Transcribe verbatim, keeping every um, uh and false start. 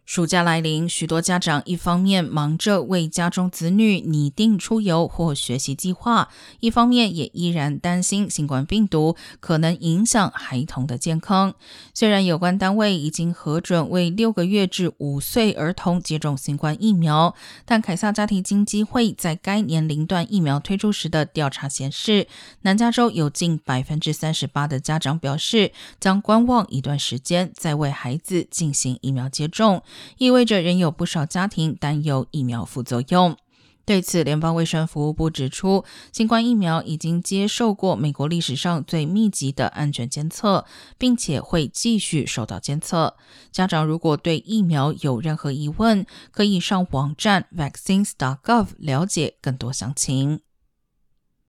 暑假来临，许多家长一方面忙着为家中子女拟定出游或学习计划，一方面也依然担心新冠病毒可能影响孩童的健康。虽然有关单位已经核准为六个月至五岁儿童接种新冠疫苗，但凯撒家庭经济会在该年龄段疫苗推出时的调查显示，南加州有近 百分之三十八 的家长表示将观望一段时间再为孩子进行疫苗接种，意味着仍有不少家庭担忧疫苗副作用。对此，联邦卫生服务部指出，新冠疫苗已经接受过美国历史上最密集的安全监测，并且会继续受到监测。家长如果对疫苗有任何疑问，可以上网站 vaccines dot gov 了解更多详情。